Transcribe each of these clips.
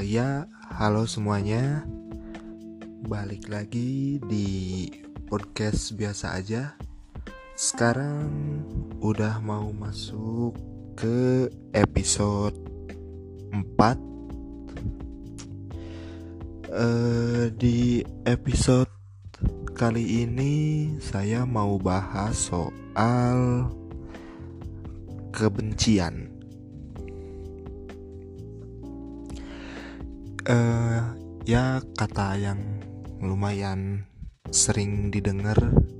Ya, halo semuanya. Balik lagi di podcast biasa aja. Sekarang udah mau masuk ke episode 4. Di episode kali ini saya mau bahas soal kebencian. Ya, kata yang lumayan sering didengar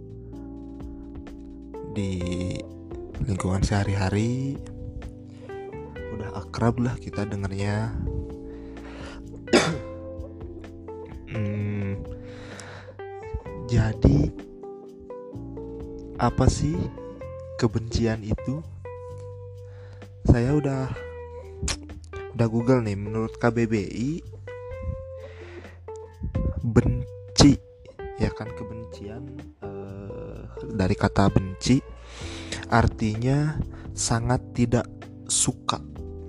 di lingkungan sehari-hari, udah akrab lah kita dengarnya. Jadi apa sih kebencian itu? Saya udah Google nih. Menurut KBBI, benci, ya kan, kebencian dari kata benci artinya sangat tidak suka.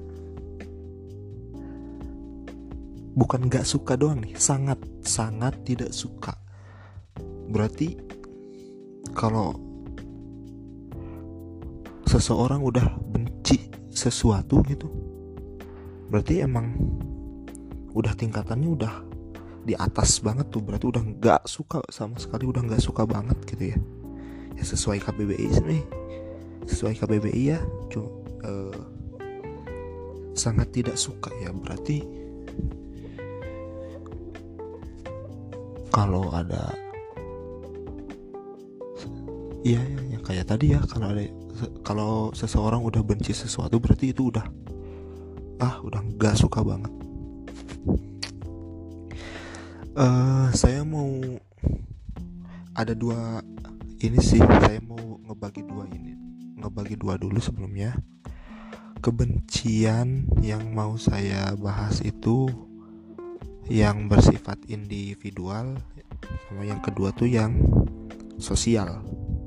Bukan gak suka doang nih, sangat tidak suka. Berarti kalau seseorang udah benci sesuatu gitu, berarti emang udah tingkatannya udah di atas banget tuh. Berarti udah gak suka sama sekali, udah gak suka banget gitu ya. Ya sesuai KBBI nih, sesuai KBBI ya, sangat tidak suka ya. Berarti kalau ada ya kayak tadi ya, kalau seseorang udah benci sesuatu, berarti itu udah gak suka banget. Saya mau ada dua ini sih, saya mau ngebagi dua dulu sebelumnya. Kebencian yang mau saya bahas itu yang bersifat individual, sama yang kedua tuh yang sosial.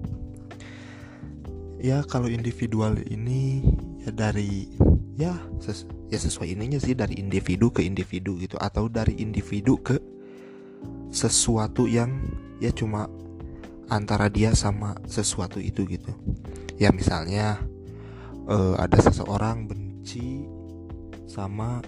Ya, kalau individual ini ya dari sesuai ininya sih, dari individu ke individu gitu, atau dari individu ke sesuatu yang ya cuma antara dia sama sesuatu itu gitu. Ya misalnya ada seseorang benci sama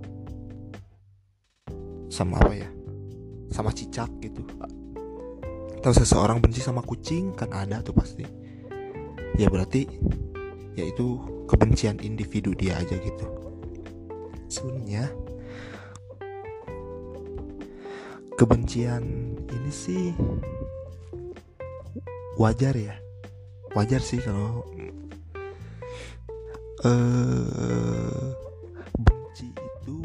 apa ya, sama cicak gitu, atau seseorang benci sama kucing, kan ada tuh pasti. Ya berarti ya itu kebencian individu dia aja gitu. Sebenarnya kebencian ini sih wajar sih kalau benci itu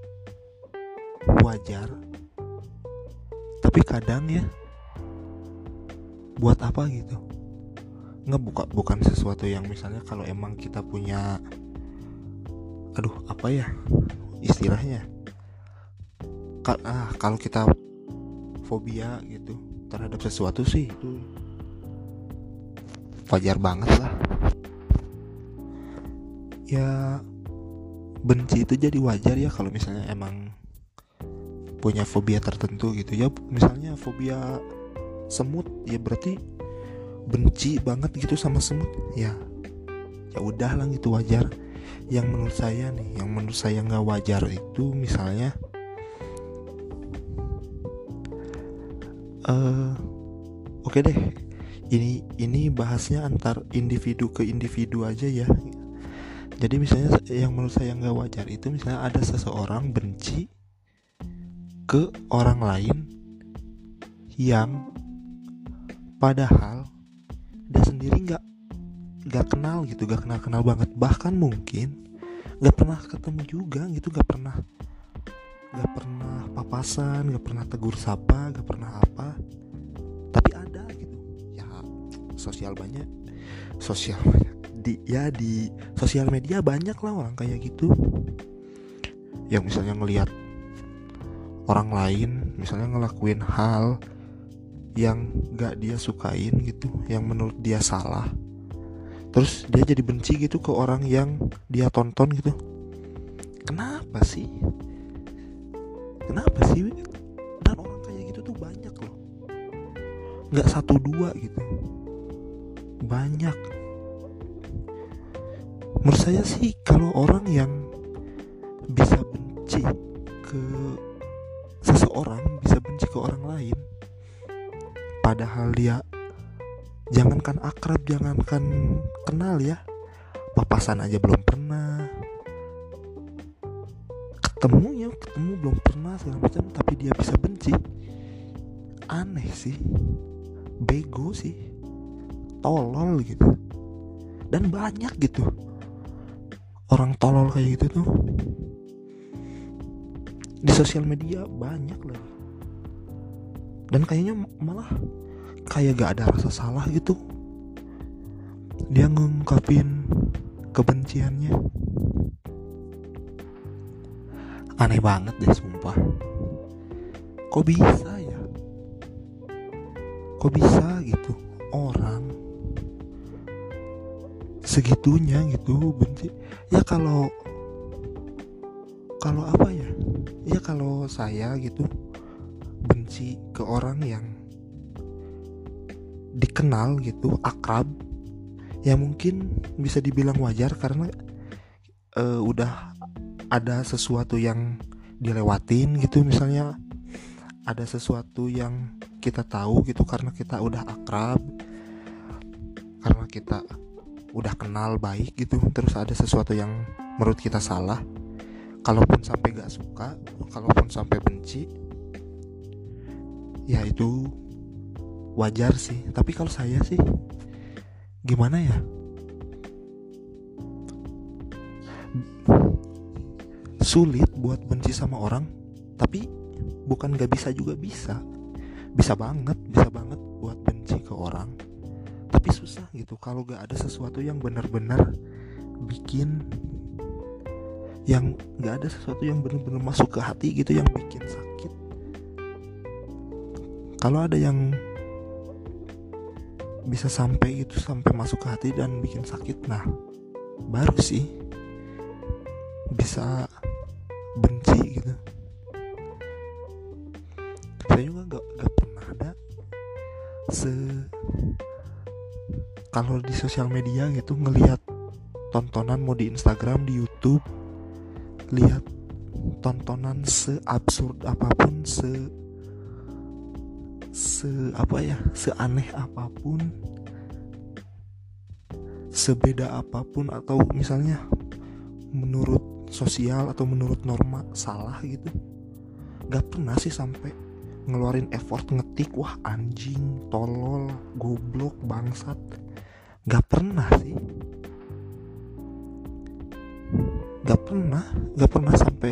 wajar. Tapi kadang ya, buat apa gitu? Bukan sesuatu yang misalnya kalau emang kita punya apa ya istilahnya, kalau kita fobia gitu terhadap sesuatu sih, itu wajar banget lah. Ya benci itu jadi wajar ya kalau misalnya emang punya fobia tertentu gitu ya. Misalnya fobia semut, ya berarti benci banget gitu sama semut. Ya udah lah gitu, wajar. Yang menurut saya nggak wajar itu misalnya oke deh, ini bahasnya antar individu ke individu aja ya. Jadi misalnya yang menurut saya nggak wajar itu misalnya ada seseorang benci ke orang lain yang padahal dia sendiri nggak kenal gitu, nggak kenal banget, bahkan mungkin nggak pernah ketemu juga gitu, nggak pernah papasan, nggak pernah tegur sapa, nggak pernah apa, tapi ada gitu ya. Sosial banyak di sosial media banyak lah orang kayak gitu, yang misalnya ngelihat orang lain misalnya ngelakuin hal yang gak dia sukain gitu, yang menurut dia salah, terus dia jadi benci gitu ke orang yang dia tonton gitu. Kenapa sih? Kenapa sih? Dan orang kayak gitu tuh banyak loh, nggak satu dua gitu, banyak. Menurut saya sih kalau orang yang bisa benci ke seseorang, bisa benci ke orang lain, padahal dia jangankan akrab, jangankan kenal ya, papasan aja belum pernah, ketemu belum pernah segala macam, tapi dia bisa benci. Aneh sih, bego sih, tolol gitu. Dan banyak gitu orang tolol kayak gitu tuh di sosial media, banyak lagi. Dan kayaknya malah kayak gak ada rasa salah gitu dia ngungkapin kebenciannya. Aneh banget deh sumpah. Kok bisa ya? Kok bisa gitu orang segitunya gitu benci? Ya kalau apa ya? Ya kalau saya gitu benci ke orang yang dikenal gitu, akrab, ya mungkin bisa dibilang wajar karena udah ada sesuatu yang dilewatin gitu, misalnya ada sesuatu yang kita tahu gitu karena kita udah akrab, karena kita udah kenal baik gitu, terus ada sesuatu yang menurut kita salah, kalaupun sampai gak suka, kalaupun sampai benci, ya itu wajar sih. Tapi kalau saya sih gimana ya, sulit buat benci sama orang, tapi bukan gak bisa juga bisa banget buat benci ke orang, tapi susah gitu kalau gak ada sesuatu yang benar-benar bikin, yang gak ada sesuatu yang benar-benar masuk ke hati gitu, yang bikin sakit. Kalau ada yang bisa sampai itu, sampai masuk ke hati dan bikin sakit, nah baru sih bisa benci gitu. Saya juga gak pernah ada kalau di sosial media gitu ngelihat tontonan, mau di Instagram, di YouTube, lihat tontonan seabsurd apapun, seaneh apapun, sebeda apapun, atau misalnya menurut sosial atau menurut norma salah gitu, gak pernah sih sampai ngeluarin effort ngetik wah anjing, tolol, goblok, bangsat. Gak pernah sih, gak pernah sampai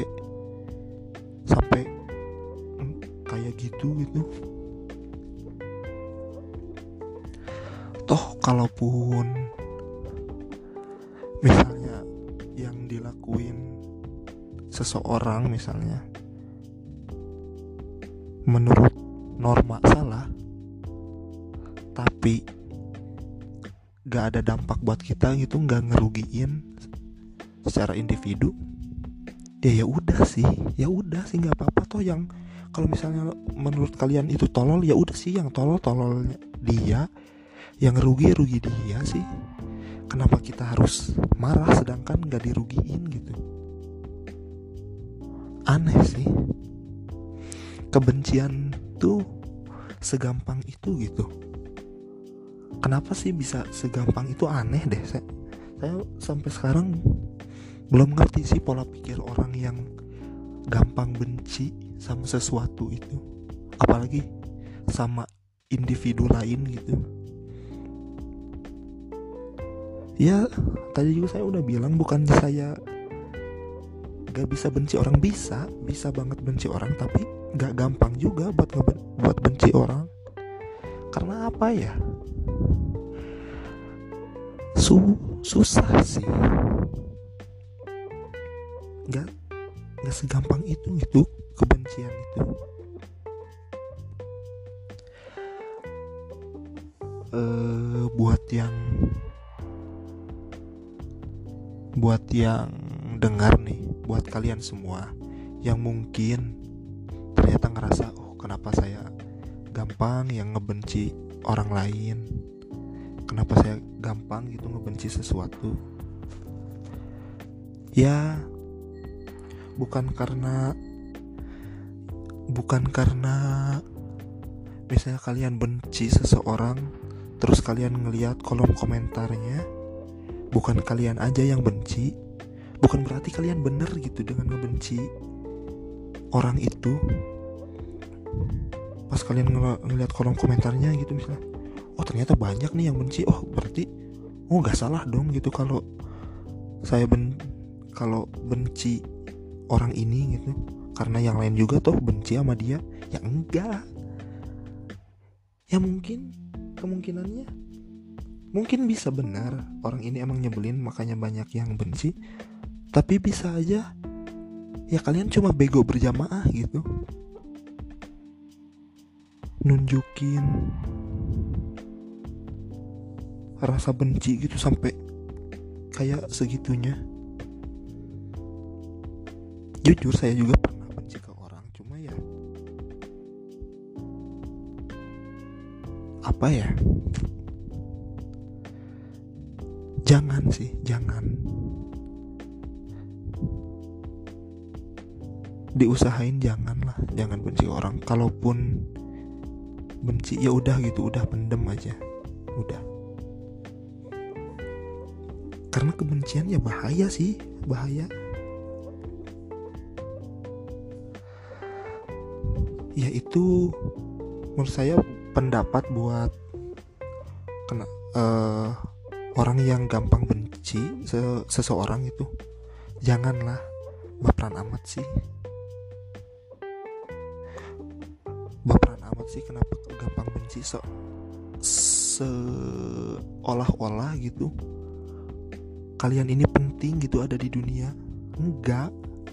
kayak gitu. Toh kalaupun misalnya yang dilakuin seseorang misalnya menurut norma salah, tapi gak ada dampak buat kita gitu, gak ngerugiin secara individu, ya udah sih nggak apa-apa. Toh yang kalau misalnya menurut kalian itu tolol, ya udah sih yang tololnya dia, yang rugi dia sih. Kenapa kita harus marah sedangkan gak dirugiin gitu? Aneh sih, kebencian tuh segampang itu gitu. Kenapa sih bisa segampang itu? Aneh deh. Saya sampai sekarang belum ngerti sih pola pikir orang yang gampang benci sama sesuatu itu, apalagi sama individu lain gitu. Ya tadi juga saya udah bilang, bukan saya gak bisa benci orang, bisa banget benci orang, tapi gak gampang juga buat benci orang. Karena apa ya, susah sih, gak segampang itu kebencian itu. Buat yang dengar nih, buat kalian semua yang mungkin kenapa saya gampang yang ngebenci orang lain, kenapa saya gampang gitu ngebenci sesuatu. Ya bukan karena misalnya kalian benci seseorang terus kalian ngelihat kolom komentarnya, bukan kalian aja yang benci, bukan berarti kalian bener gitu dengan ngebenci orang itu. Pas kalian ngelihat kolom komentarnya gitu misalnya, oh ternyata banyak nih yang benci, oh berarti gak salah dong gitu kalau saya kalau benci orang ini gitu, karena yang lain juga toh benci sama dia. Ya enggak, ya mungkin kemungkinannya mungkin bisa benar orang ini emang nyebelin makanya banyak yang benci, tapi bisa aja ya kalian cuma bego berjamaah gitu, nunjukin rasa benci gitu sampai kayak segitunya. Jujur saya juga pernah benci ke orang, cuma ya apa ya, jangan diusahain, janganlah, jangan benci orang. Kalaupun benci ya udah gitu, udah pendem aja, udah. Karena kebencian ya bahaya sih, bahaya. Ya itu menurut saya pendapat buat orang yang gampang benci seseorang itu, janganlah baperan amat sih. Kenapa gampang benci seolah-olah gitu kalian ini penting gitu ada di dunia. Enggak,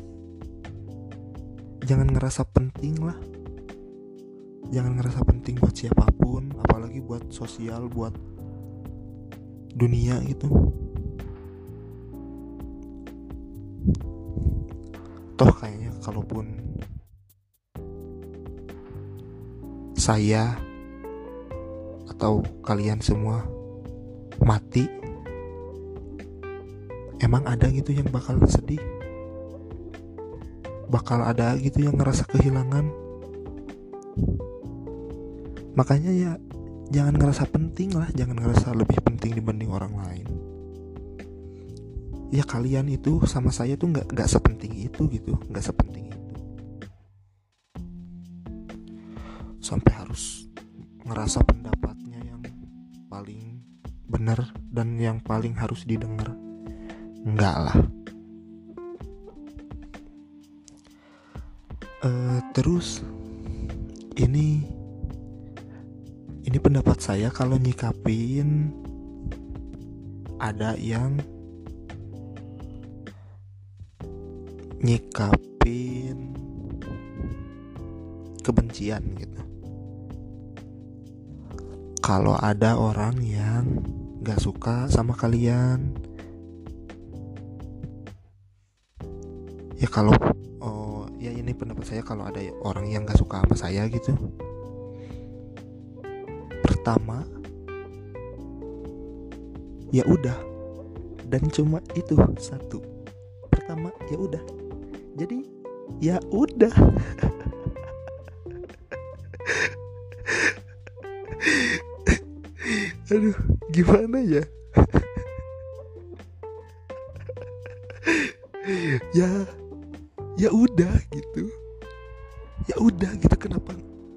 jangan ngerasa penting lah. Jangan ngerasa penting buat siapapun, apalagi buat sosial, buat dunia gitu. Toh kayaknya kalaupun saya atau kalian semua mati, emang ada gitu yang bakal sedih, bakal ada gitu yang ngerasa kehilangan. Makanya ya jangan ngerasa penting lah, jangan ngerasa lebih penting dibanding orang lain. Ya kalian itu sama saya tuh nggak sepenting itu gitu, nggak sepenting itu sampai harus ngerasa pendapatnya yang paling benar dan yang paling harus didengar. Enggak lah. Terus ini pendapat saya kalau nyikapin ada yang nyikapin kebencian gitu. Kalau ada orang yang gak suka sama kalian, ya kalau ya ini pendapat saya, kalau ada orang yang gak suka sama saya gitu, pertama ya udah, dan cuma itu satu. Pertama ya udah, jadi ya udah. Aduh, gimana ya? Ya udah gitu. Ya udah gitu, kenapa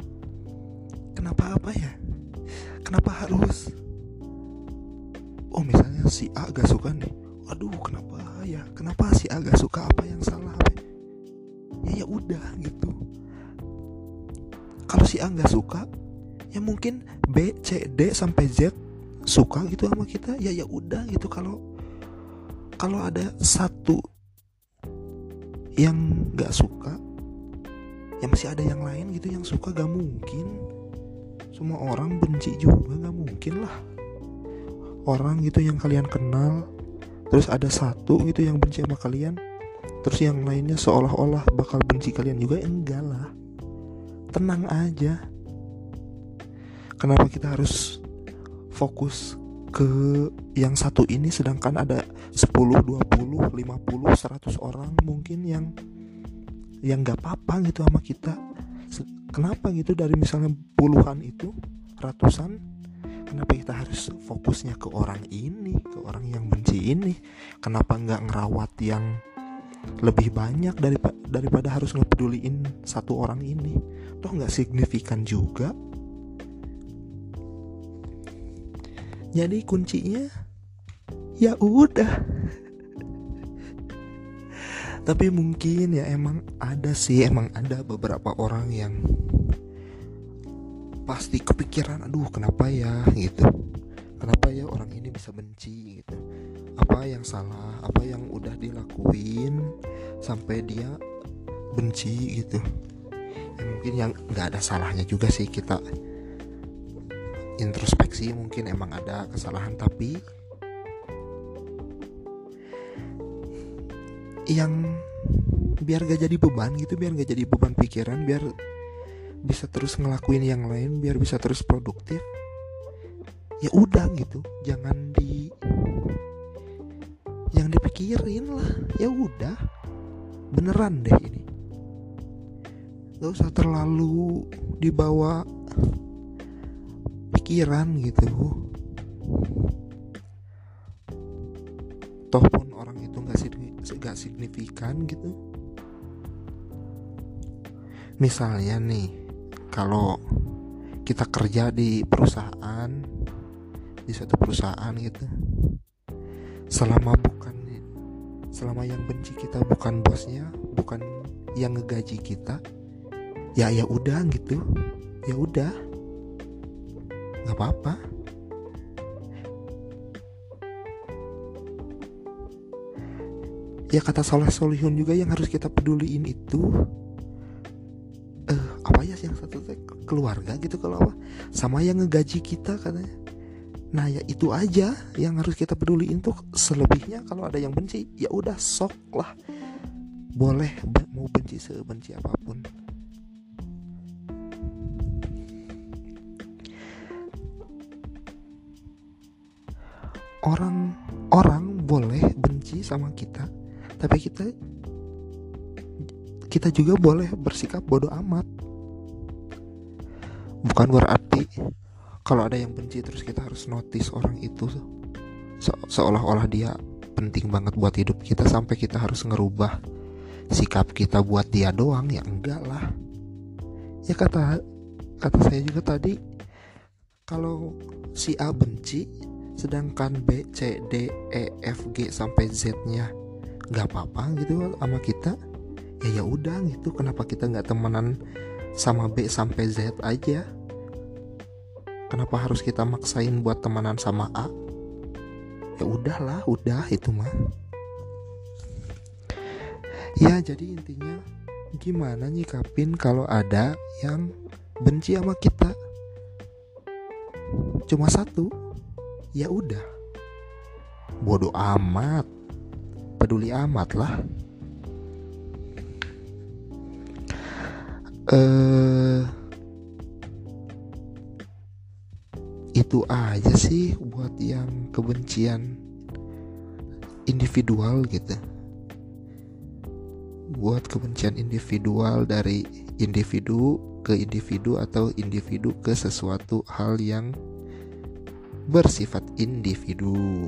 apa ya? Kenapa harus misalnya si A gak suka nih. Aduh, kenapa si A gak suka, apa yang salah? Ya udah gitu. Kalau si A gak suka, ya mungkin B, C, D sampai Z suka gitu sama kita. Ya udah gitu. Kalau ada satu yang gak suka, ya masih ada yang lain gitu yang suka. Gak mungkin semua orang benci juga, gak mungkin lah. Orang gitu yang kalian kenal, terus ada satu gitu yang benci sama kalian, terus yang lainnya seolah-olah bakal benci kalian juga. Enggak lah. tenang aja. Kenapa kita harus fokus ke yang satu ini, sedangkan ada 10, 20, 50, 100 orang mungkin yang gak apa-apa gitu sama kita. Kenapa gitu dari misalnya puluhan itu, ratusan, kenapa kita harus fokusnya ke orang ini, ke orang yang benci ini? Kenapa gak ngerawat yang lebih banyak daripada harus ngepeduliin satu orang ini? Toh gak signifikan juga. Jadi kuncinya ya udah. Tapi mungkin ya emang ada beberapa orang yang pasti kepikiran, aduh kenapa ya gitu, kenapa ya orang ini bisa benci gitu, apa yang salah, apa yang udah dilakuin sampai dia benci gitu. Ya mungkin yang nggak ada salahnya juga sih kita introspeksi, mungkin emang ada kesalahan, tapi yang biar gak jadi beban gitu, biar gak jadi beban pikiran, biar bisa terus ngelakuin yang lain, biar bisa terus produktif, ya udah gitu, jangan dipikirin lah, ya udah, beneran deh ini, gak usah terlalu dibawa pikiran gitu. Toh pun orang itu gak signifikan gitu. Misalnya nih, kalau kita kerja di perusahaan, di suatu perusahaan gitu, selama yang benci kita bukan bosnya, bukan yang ngegaji kita, ya udah gitu, ya udah, nggak apa-apa. Ya kata Soleh Solihun juga, yang harus kita peduliin itu apa ya, yang satu keluarga gitu, kalau apa sama yang ngegaji kita katanya. Nah ya itu aja yang harus kita peduliin tuh. Selebihnya kalau ada yang benci, ya udah sok lah, boleh mau benci sebenci apapun. Orang boleh benci sama kita, tapi kita juga boleh bersikap bodoh amat. Bukan berarti kalau ada yang benci terus kita harus notice orang itu seolah-olah dia penting banget buat hidup kita, sampai kita harus ngerubah sikap kita buat dia doang. Ya enggak lah. Ya kata saya juga tadi, kalau si A benci sedangkan B, C, D, E, F, G sampai Z-nya nggak apa-apa gitu sama kita, ya udah gitu. Kenapa kita nggak temenan sama B sampai Z aja? Kenapa harus kita maksain buat temenan sama A? Ya udahlah, udah itu mah. Ya jadi intinya, gimana nyikapin kalau ada yang benci sama kita? Cuma satu, ya udah, bodoh amat, peduli amat lah. Itu aja sih buat yang kebencian individual gitu. Buat kebencian individual dari individu ke individu atau individu ke sesuatu hal yang bersifat individu.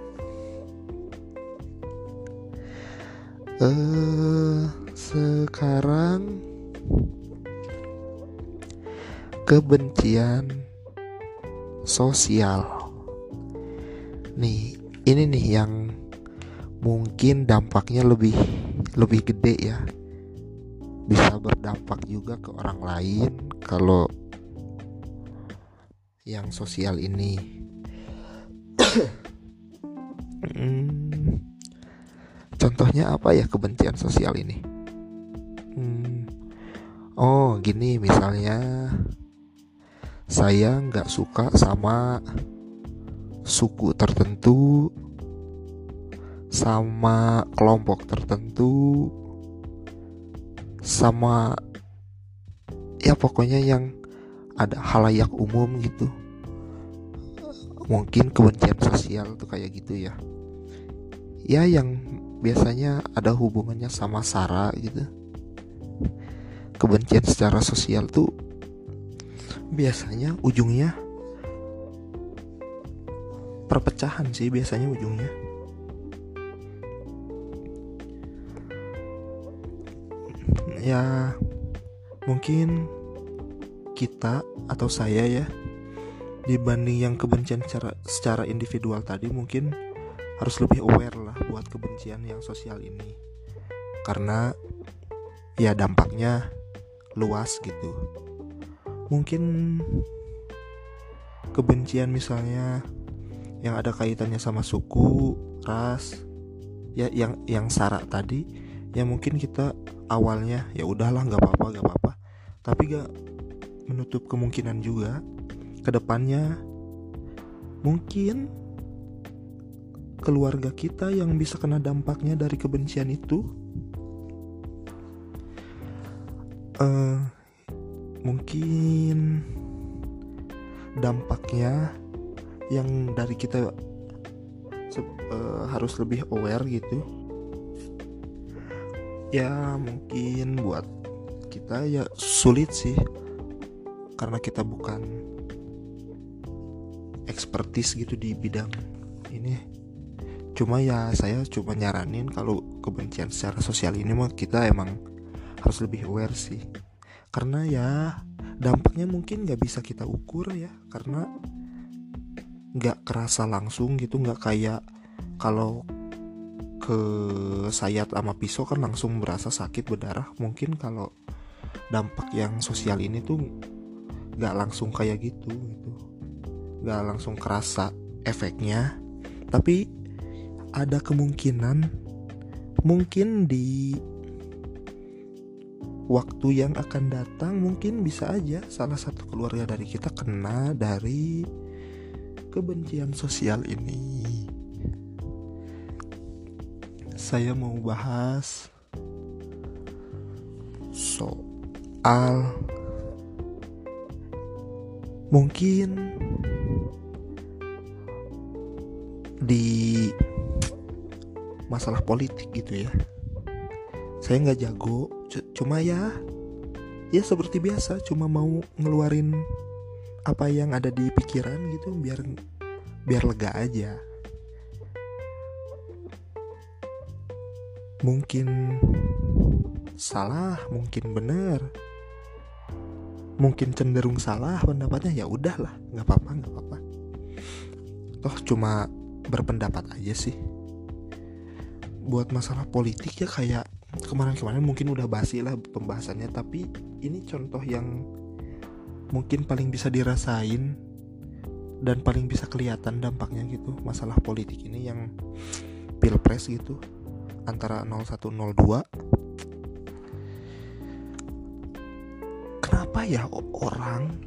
Sekarang kebencian sosial. Nih, ini nih yang mungkin dampaknya lebih gede ya. Bisa berdampak juga ke orang lain kalau yang sosial ini. Contohnya apa ya kebencian sosial ini? Oh gini, misalnya saya gak suka sama suku tertentu, sama kelompok tertentu, sama ya pokoknya yang ada halayak umum gitu. Mungkin kebencian sosial tuh kayak gitu ya. Ya yang biasanya ada hubungannya sama SARA gitu. Kebencian secara sosial tuh biasanya ujungnya perpecahan sih, biasanya ujungnya. Ya mungkin kita atau saya ya, dibanding yang kebencian secara individual tadi, mungkin harus lebih aware lah buat kebencian yang sosial ini, karena ya dampaknya luas gitu. Mungkin kebencian misalnya yang ada kaitannya sama suku, ras, ya yang SARA tadi, ya mungkin kita awalnya ya udahlah nggak apa-apa, tapi gak menutup kemungkinan juga kedepannya mungkin keluarga kita yang bisa kena dampaknya dari kebencian itu. Mungkin dampaknya yang dari kita harus lebih aware gitu. Ya mungkin buat kita ya sulit sih, karena kita bukan expertise gitu di bidang ini. Cuma ya saya cuma nyaranin kalau kebencian secara sosial ini mah kita emang harus lebih aware sih, karena ya dampaknya mungkin gak bisa kita ukur ya, karena gak kerasa langsung gitu, gak kayak kalau ke sayat sama pisau kan langsung berasa sakit, berdarah. Mungkin kalau dampak yang sosial ini tuh gak langsung kayak gitu, gak langsung kerasa efeknya, tapi ada kemungkinan mungkin di waktu yang akan datang mungkin bisa aja salah satu keluarga dari kita kena dari kebencian sosial ini. Saya mau bahas soal mungkin di masalah politik gitu ya. Saya nggak jago, cuma ya seperti biasa, cuma mau ngeluarin apa yang ada di pikiran gitu, biar lega aja. Mungkin salah, mungkin benar, mungkin cenderung salah pendapatnya, ya udahlah, nggak apa-apa. Toh cuma berpendapat aja sih. Buat masalah politik ya kayak kemarin mungkin udah basi lah pembahasannya, tapi ini contoh yang mungkin paling bisa dirasain dan paling bisa kelihatan dampaknya gitu, masalah politik ini yang pilpres gitu antara 0102. Kenapa ya orang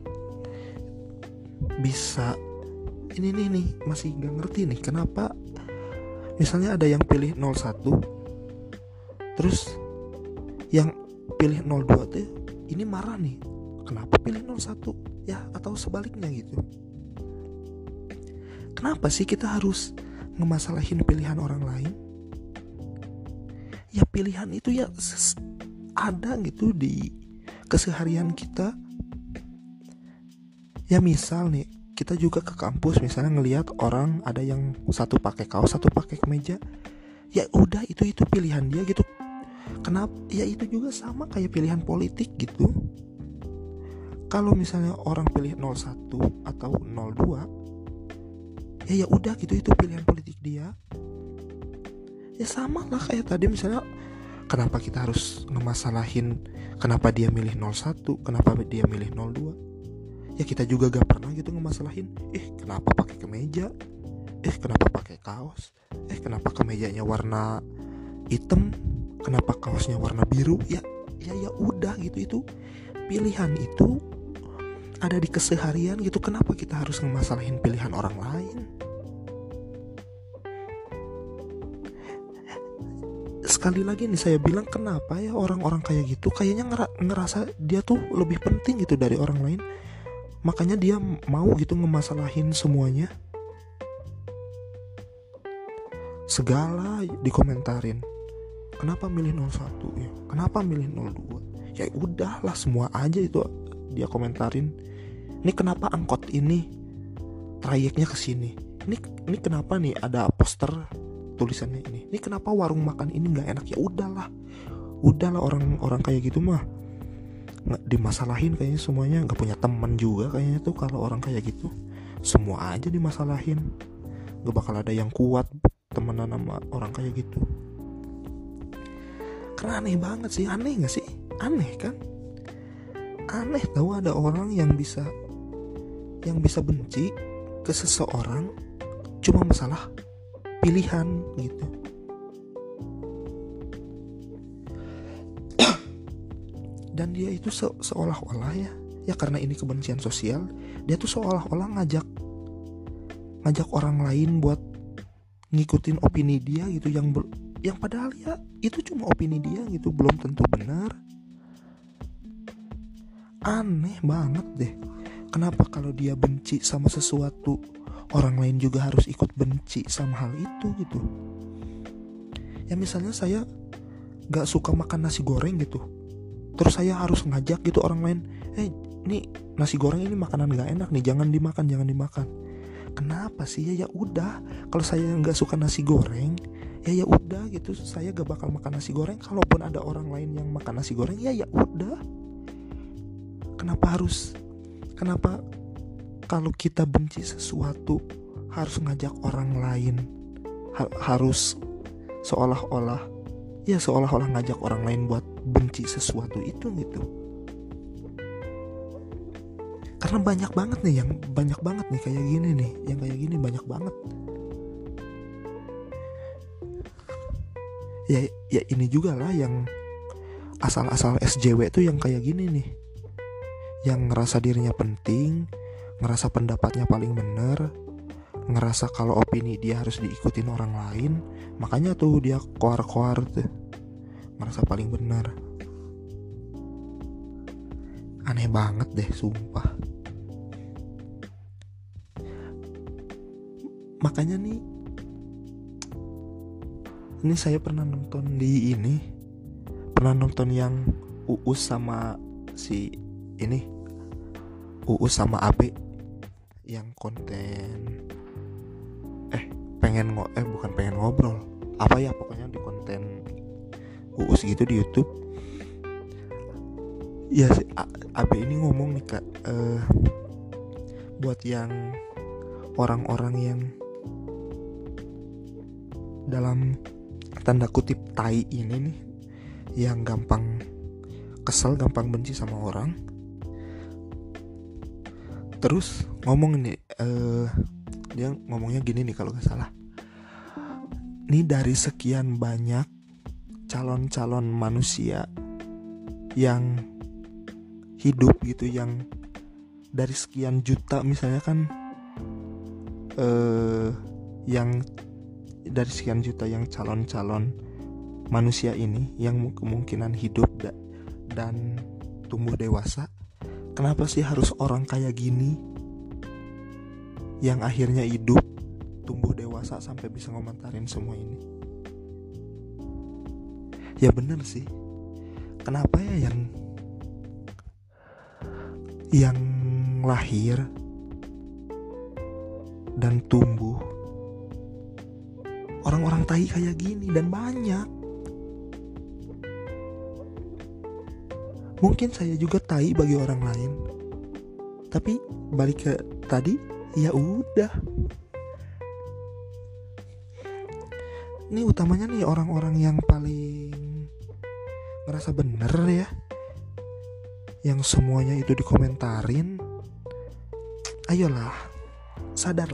bisa ini nih masih gak ngerti nih, kenapa misalnya ada yang pilih 01 terus yang pilih 02 tuh ini marah nih, kenapa pilih 01 ya, atau sebaliknya gitu. Kenapa sih kita harus ngemasalahin pilihan orang lain? Ya pilihan itu ya ada gitu di keseharian kita. Ya misal nih, kita juga ke kampus misalnya ngelihat orang ada yang satu pakai kaos, satu pakai kemeja, ya udah itu pilihan dia gitu. Kenapa? Ya itu juga sama kayak pilihan politik gitu. Kalau misalnya orang pilih 01 atau 02, ya udah gitu, itu pilihan politik dia. Ya sama lah kayak tadi misalnya, kenapa kita harus ngemasalahin kenapa dia milih 01, kenapa dia milih 02. Ya kita juga gak pernah gitu ngemasalahin kenapa pakai kemeja, kenapa pakai kaos, kenapa kemejanya warna hitam, kenapa kaosnya warna biru. Ya udah gitu, itu pilihan itu ada di keseharian gitu. Kenapa kita harus ngemasalahin pilihan orang lain? sekali lagi nih saya bilang, kenapa ya orang-orang kayak gitu kayaknya ngerasa dia tuh lebih penting gitu dari orang lain, makanya dia mau gitu ngemasalahin semuanya, segala dikomentarin. Kenapa milih 01 ya, kenapa milih 02, ya udahlah semua aja itu dia komentarin. Ini kenapa angkot ini trayeknya ke sini, ini kenapa nih ada poster tulisannya ini kenapa warung makan ini nggak enak. Ya udahlah orang kayak gitu mah nggak dimasalahin kayaknya semuanya, nggak punya teman juga kayaknya tuh kalau orang kayak gitu, semua aja dimasalahin, nggak bakal ada yang kuat temenan sama orang kayak gitu. Karena aneh banget sih, aneh nggak sih, aneh kan, aneh tahu ada orang yang bisa benci ke seseorang cuma masalah pilihan gitu. Dan dia itu seolah-olah ya karena ini kebencian sosial, dia tuh seolah-olah ngajak orang lain buat ngikutin opini dia gitu, yang padahal ya itu cuma opini dia gitu, belum tentu benar. Aneh banget deh, kenapa kalau dia benci sama sesuatu, orang lain juga harus ikut benci sama hal itu gitu. Ya misalnya saya gak suka makan nasi goreng gitu, terus saya harus ngajak gitu orang lain, nih nasi goreng ini makanan gak enak nih, jangan dimakan. Kenapa sih? Ya udah, kalau saya gak suka nasi goreng, ya udah gitu, saya gak bakal makan nasi goreng. Kalaupun ada orang lain yang makan nasi goreng, ya udah. Kenapa kalau kita benci sesuatu harus ngajak orang lain, harus seolah-olah ngajak orang lain buat benci sesuatu itu gitu. Karena banyak banget nih kayak gini nih, yang kayak gini banyak banget. Ya ini juga lah yang asal-asal SJW tuh yang kayak gini nih, yang ngerasa dirinya penting, ngerasa pendapatnya paling benar, ngerasa kalau opini dia harus diikutin orang lain, makanya tuh dia koar-koar tuh, ngerasa paling benar. Aneh banget deh, sumpah. Makanya nih, ini saya pernah nonton yang Uus sama si ini, Uus sama Abe, yang konten bukan pengen ngobrol apa ya, pokoknya di konten Uus gitu di YouTube. Ya si Abe ini ngomong nih Kak, buat yang orang-orang yang dalam tanda kutip tai ini nih, yang gampang kesel, gampang benci sama orang. Terus ngomong nih, dia ngomongnya gini nih kalau gak salah, nih dari sekian banyak calon-calon manusia yang hidup gitu, yang dari sekian juta misalnya kan, yang dari sekian juta yang calon-calon manusia ini yang kemungkinan hidup dan tumbuh dewasa, kenapa sih harus orang kayak gini yang akhirnya hidup, tumbuh dewasa sampai bisa ngomentarin semua ini? Ya bener sih, kenapa ya yang lahir dan tumbuh orang-orang tai kayak gini, dan banyak. Mungkin saya juga tai bagi orang lain, tapi balik ke tadi, ya udah. Ini utamanya nih orang-orang yang paling ngerasa bener ya, yang semuanya itu dikomentarin. Ayolah, sadar.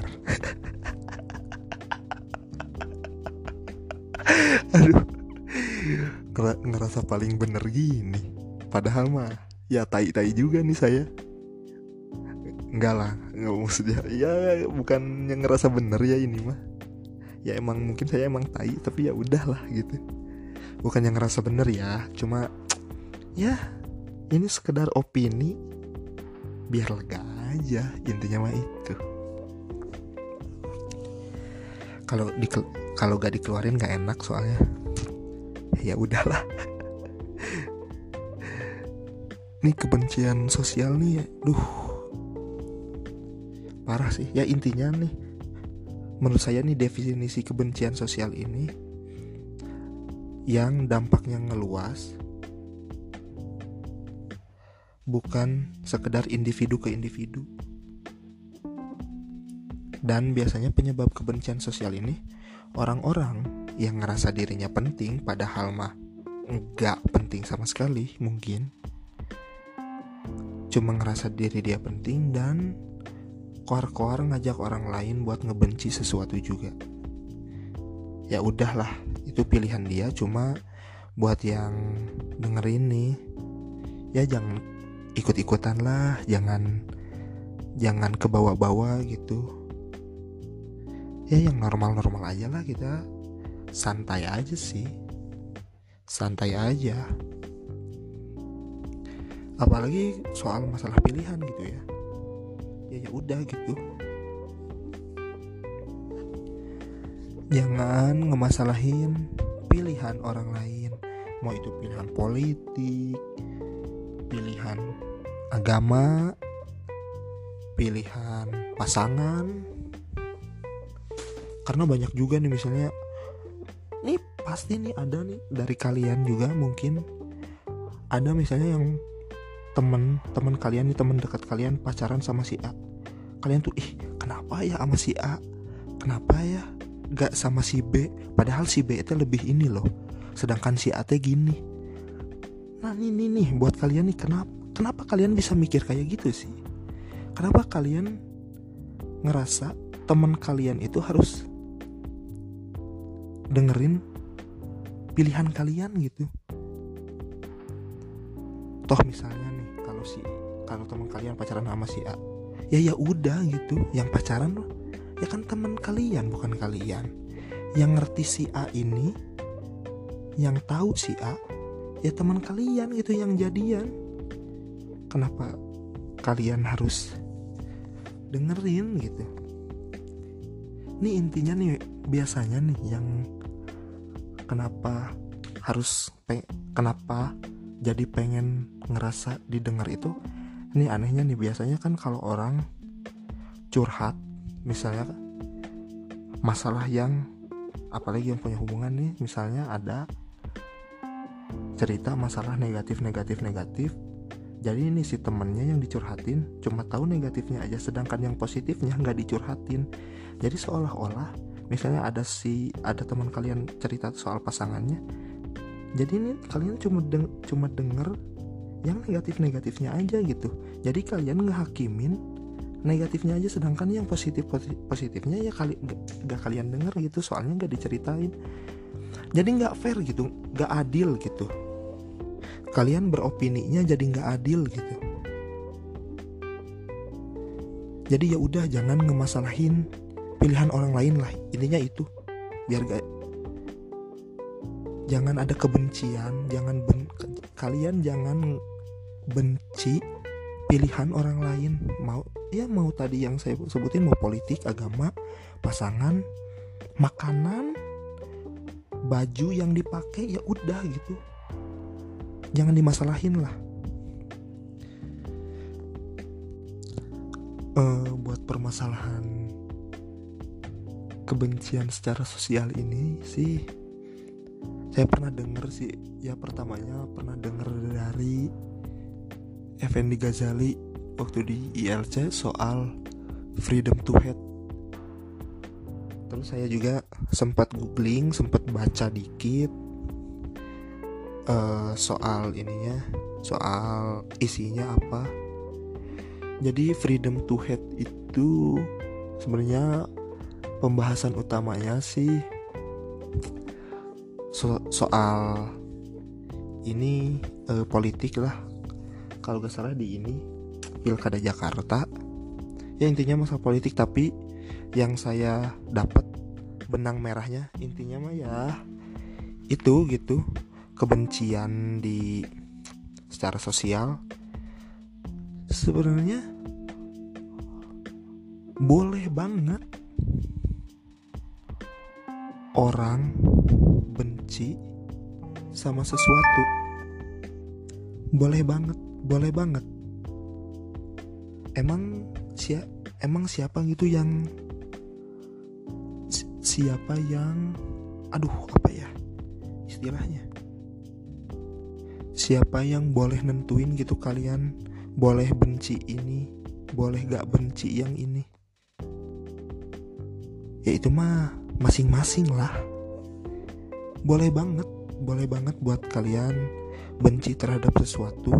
Aduh, ngerasa paling bener gini, padahal mah ya tai-tai juga nih saya. Enggak lah, nggak maksudnya ya bukan yang ngerasa bener ya, ini mah ya emang mungkin saya emang tai, tapi ya udahlah gitu. bukan yang ngerasa bener ya, cuma ya ini sekedar opini biar lega aja, intinya mah itu. Kalau gak dikeluarin gak enak soalnya. Ya udahlah. Nih kebencian sosial nih, parah sih. Ya intinya nih, menurut saya nih definisi kebencian sosial ini yang dampaknya ngeluas, bukan sekedar individu ke individu. Dan biasanya penyebab kebencian sosial ini orang-orang yang ngerasa dirinya penting padahal mah enggak penting sama sekali, mungkin cuma ngerasa diri dia penting dan koar-koar ngajak orang lain buat ngebenci sesuatu juga. Ya udahlah, itu pilihan dia, cuma buat yang dengerin nih, ya jangan ikut-ikutan lah, jangan kebawa-bawa gitu. Ya yang normal-normal aja lah, kita santai aja sih, santai aja. Apalagi soal masalah pilihan gitu ya. Ya udah gitu. Jangan ngemasalahin pilihan orang lain. Mau itu pilihan politik, pilihan agama, pilihan pasangan. Karena banyak juga nih, misalnya nih pasti nih ada nih dari kalian juga, mungkin ada misalnya yang teman kalian nih, teman dekat kalian pacaran sama si A. Kalian tuh kenapa ya sama si A, kenapa ya gak sama si B, padahal si B itu lebih ini loh, sedangkan si A teh gini. Nah ini nih buat kalian nih, kenapa kalian bisa mikir kayak gitu sih? Kenapa kalian ngerasa teman kalian itu harus dengerin pilihan kalian gitu? Toh misalnya nih, kalau teman kalian pacaran sama si A, ya udah gitu, yang pacaran ya kan teman kalian, bukan kalian. Yang ngerti si A ini, yang tahu si A, ya teman kalian gitu yang jadian. Kenapa kalian harus dengerin gitu? Nih intinya nih, biasanya nih yang kenapa jadi pengen ngerasa didengar itu, ini anehnya nih, biasanya kan kalau orang curhat misalnya masalah yang, apalagi yang punya hubungan nih, misalnya ada cerita masalah negatif, jadi ini si temennya yang dicurhatin cuma tahu negatifnya aja, sedangkan yang positifnya nggak dicurhatin. Jadi seolah-olah misalnya ada teman kalian cerita soal pasangannya, jadi ini kalian cuma denger yang negatifnya aja gitu. Jadi kalian ngehakimin negatifnya aja, sedangkan yang positifnya ya gak kalian denger gitu, soalnya gak diceritain. Jadi gak fair gitu, gak adil gitu. Kalian beropininya jadi gak adil gitu. Jadi ya udah, jangan ngemasalahin pilihan orang lain lah, intinya itu. Biar jangan ada kebencian, kalian jangan benci pilihan orang lain. Mau tadi yang saya sebutin, mau politik, agama, pasangan, makanan, baju yang dipakai, ya udah gitu, jangan dimasalahin lah. Buat permasalahan kebencian secara sosial ini sih, saya pernah denger sih, ya pertamanya pernah denger dari Effendi Ghazali waktu di ILC soal freedom to hate. Terus saya juga sempat googling, sempat baca dikit soal ininya, soal isinya apa. Jadi freedom to hate itu sebenarnya pembahasan utamanya sih soal ini politik lah, kalau gak salah di ini Pilkada Jakarta. Ya intinya masalah politik, tapi yang saya dapat benang merahnya intinya mah ya itu gitu, kebencian di secara sosial, sebenarnya boleh banget orang benci sama sesuatu. Boleh banget. Emang siapa gitu yang apa ya istilahnya, siapa yang boleh nentuin gitu kalian boleh benci ini, boleh gak benci yang ini? Ya itu mah masing-masing lah. Boleh banget buat kalian benci terhadap sesuatu.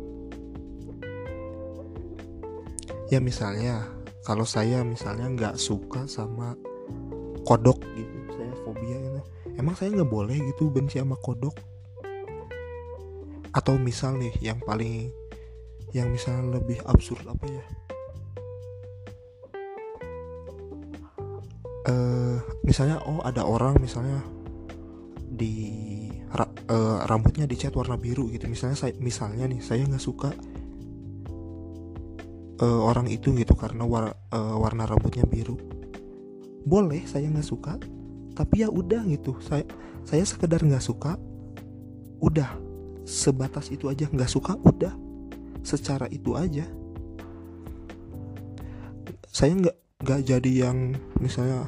Ya misalnya kalau saya misalnya gak suka sama kodok gitu, saya fobia gitu, emang saya gak boleh gitu benci sama kodok? Atau misal nih yang misalnya lebih absurd apa ya, misalnya ada orang misalnya rambutnya dicat warna biru gitu, misalnya saya nggak suka orang itu gitu karena warna rambutnya biru. Boleh saya nggak suka, tapi ya udah gitu, saya sekedar nggak suka, udah sebatas itu aja. Nggak suka udah secara itu aja. Saya nggak jadi yang misalnya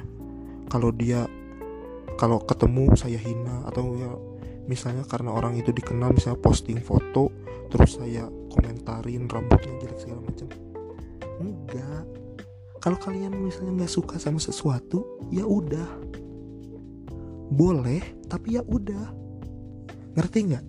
kalau ketemu saya hina, atau ya misalnya karena orang itu dikenal misalnya posting foto terus saya komentarin rambutnya jelek segala macam. Enggak. Kalau kalian misalnya nggak suka sama sesuatu, ya udah boleh, tapi ya udah. Ngerti nggak?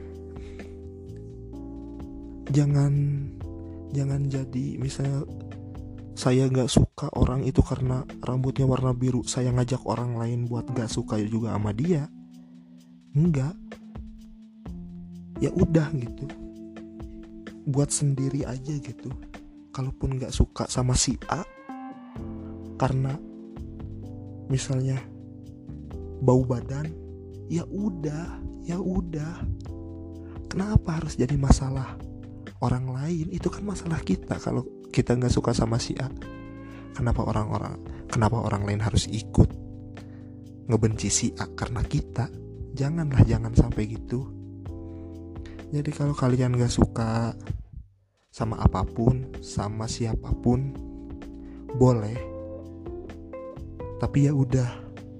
Jangan jadi misalnya saya nggak suka orang itu karena rambutnya warna biru, saya ngajak orang lain buat nggak suka juga sama dia. Enggak. Ya udah gitu, buat sendiri aja gitu. Kalaupun nggak suka sama si A karena misalnya bau badan, ya udah. Kenapa harus jadi masalah orang lain? Itu kan masalah kita. Kalau kita nggak suka sama si A, kenapa orang lain harus ikut ngebenci si A karena kita? Jangan sampai gitu. Jadi kalau kalian nggak suka sama apapun, sama siapapun, boleh, tapi ya udah.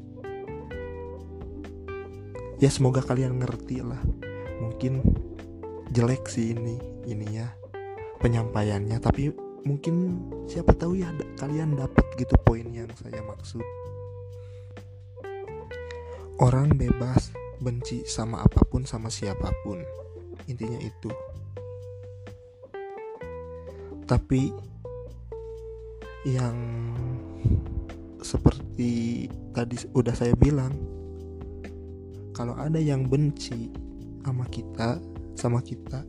Ya semoga kalian ngerti lah. Mungkin jelek sih ininya penyampaiannya, tapi mungkin siapa tahu ya kalian dapat gitu poin yang saya maksud. Orang bebas benci sama apapun, sama siapapun, intinya itu. Tapi yang seperti tadi udah saya bilang, kalau ada yang benci sama kita,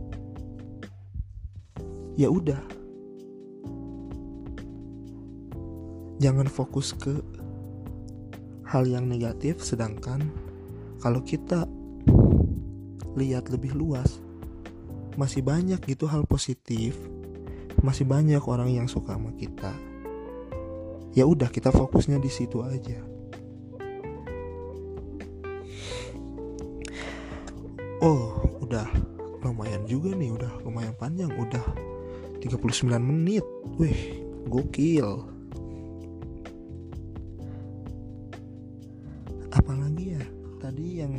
ya udah, jangan fokus ke hal yang negatif. Sedangkan kalau kita lihat lebih luas, masih banyak gitu hal positif, masih banyak orang yang suka sama kita. Ya udah, kita fokusnya di situ aja. Oh, udah lumayan juga nih, udah lumayan panjang, udah 39 menit. Wih, gokil. Apalagi ya tadi yang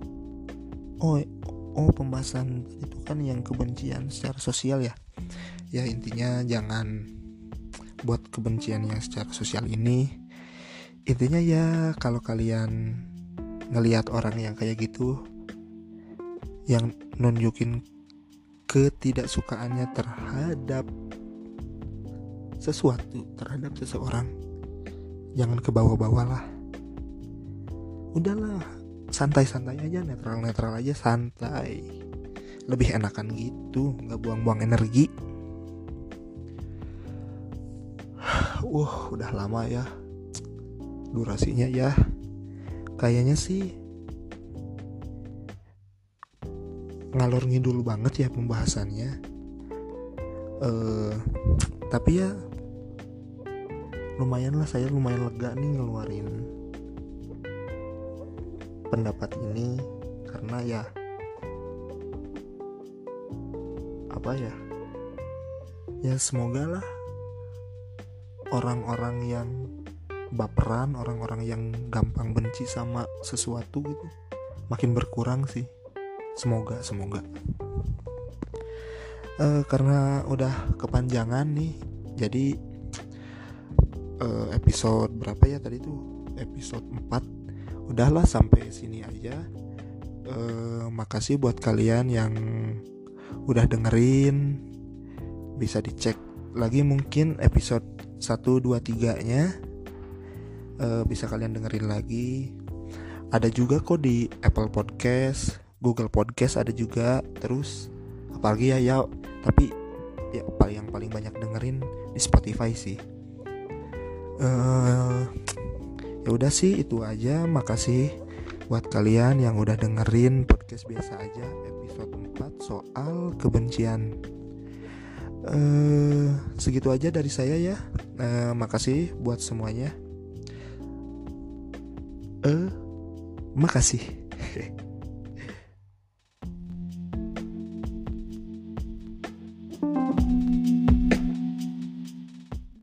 pembahasan itu kan yang kebencian secara sosial ya. Ya intinya jangan buat kebencian yang secara sosial ini. Intinya ya kalau kalian ngelihat orang yang kayak gitu, yang nunjukin ketidaksukaannya terhadap sesuatu, terhadap seseorang, jangan kebawa-bawa lah. Udahlah, santai-santai aja, netral aja, santai. Lebih enakan gitu, gak buang-buang energi. Udah lama ya durasinya ya. Kayaknya sih ngalor ngidul banget ya pembahasannya. Tapi ya lumayan lah, saya lumayan lega nih ngeluarin pendapat ini, karena ya apa ya, ya semoga lah orang-orang yang baperan, orang-orang yang gampang benci sama sesuatu gitu makin berkurang sih. Semoga karena udah kepanjangan nih, jadi episode berapa ya tadi tuh, episode 4 udahlah sampai sini aja. Makasih buat kalian yang udah dengerin. Bisa dicek lagi mungkin episode 1, 2, 3 nya bisa kalian dengerin lagi. Ada juga kok di Apple Podcast, Google Podcast ada juga. Terus apalagi ya tapi ya yang paling banyak dengerin di Spotify sih. Ya udah sih itu aja. Makasih buat kalian yang udah dengerin podcast biasa aja episode 4 soal kebencian. Segitu aja dari saya ya. Makasih buat semuanya. Makasih.